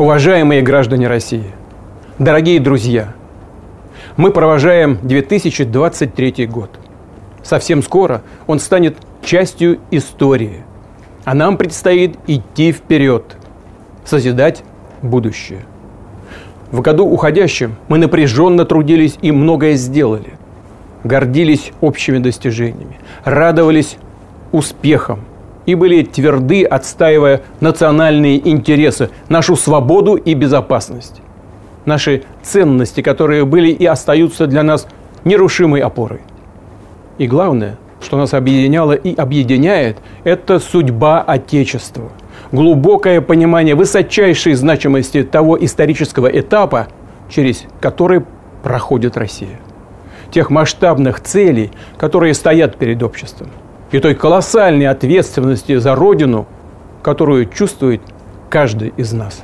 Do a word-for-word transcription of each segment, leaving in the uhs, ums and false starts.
Уважаемые граждане России, дорогие друзья, мы провожаем две тысячи двадцать третий год. Совсем скоро он станет частью истории, а нам предстоит идти вперед, созидать будущее. В году уходящем мы напряженно трудились и многое сделали, гордились общими достижениями, радовались успехам и были тверды, отстаивая национальные интересы, нашу свободу и безопасность, наши ценности, которые были и остаются для нас нерушимой опорой. И главное, что нас объединяло и объединяет, это судьба Отечества, глубокое понимание высочайшей значимости того исторического этапа, через который проходит Россия, тех масштабных целей, которые стоят перед обществом, и той колоссальной ответственности за Родину, которую чувствует каждый из нас.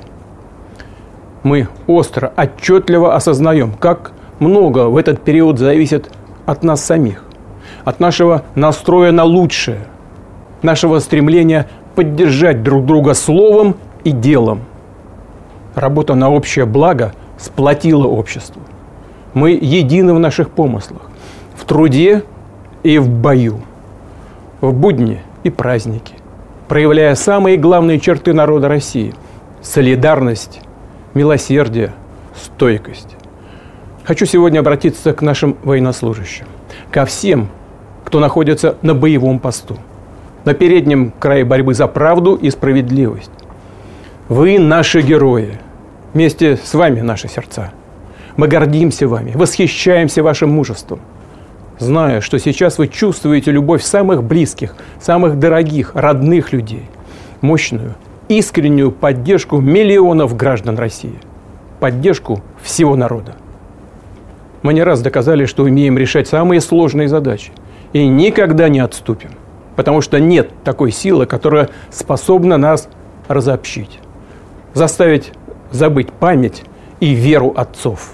Мы остро, отчетливо осознаем, как много в этот период зависит от нас самих, от нашего настроя на лучшее, нашего стремления поддержать друг друга словом и делом. Работа на общее благо сплотила общество. Мы едины в наших помыслах, в труде и в бою, в будни и праздники, проявляя самые главные черты народа России – солидарность, милосердие, стойкость. Хочу сегодня обратиться к нашим военнослужащим, ко всем, кто находится на боевом посту, на переднем крае борьбы за правду и справедливость. Вы наши герои, вместе с вами наши сердца. Мы гордимся вами, восхищаемся вашим мужеством, зная, что сейчас вы чувствуете любовь самых близких, самых дорогих, родных людей, мощную, искреннюю поддержку миллионов граждан России, поддержку всего народа. Мы не раз доказали, что умеем решать самые сложные задачи и никогда не отступим, потому что нет такой силы, которая способна нас разобщить, заставить забыть память и веру отцов,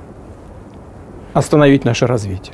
остановить наше развитие.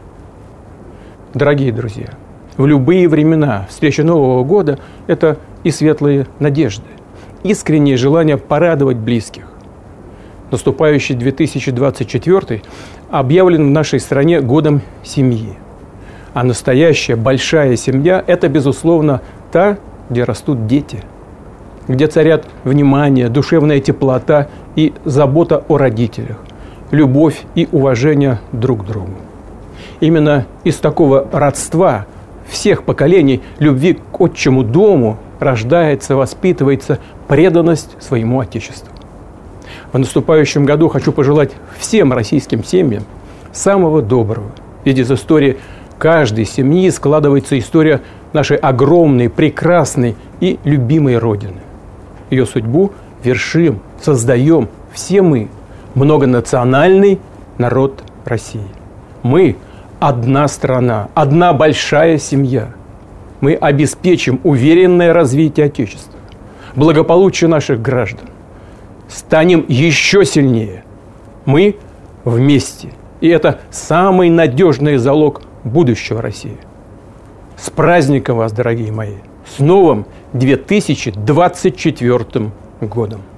Дорогие друзья, в любые времена встреча Нового года – это и светлые надежды, искреннее желание порадовать близких. Наступающий две тысячи двадцать четвёртый объявлен в нашей стране годом семьи. А настоящая большая семья – это, безусловно, та, где растут дети, где царят внимание, душевная теплота и забота о родителях, любовь и уважение друг к другу. Именно из такого родства всех поколений любви к отчему дому рождается, воспитывается преданность своему Отечеству. В наступающем году хочу пожелать всем российским семьям самого доброго. Ведь из истории каждой семьи складывается история нашей огромной, прекрасной и любимой Родины. Ее судьбу вершим, создаем все мы, многонациональный народ России. Мы – одна страна, одна большая семья. Мы обеспечим уверенное развитие Отечества, благополучие наших граждан. Станем еще сильнее. Мы вместе. И это самый надежный залог будущего России. С праздником вас, дорогие мои! С новым две тысячи двадцать четвёртым годом!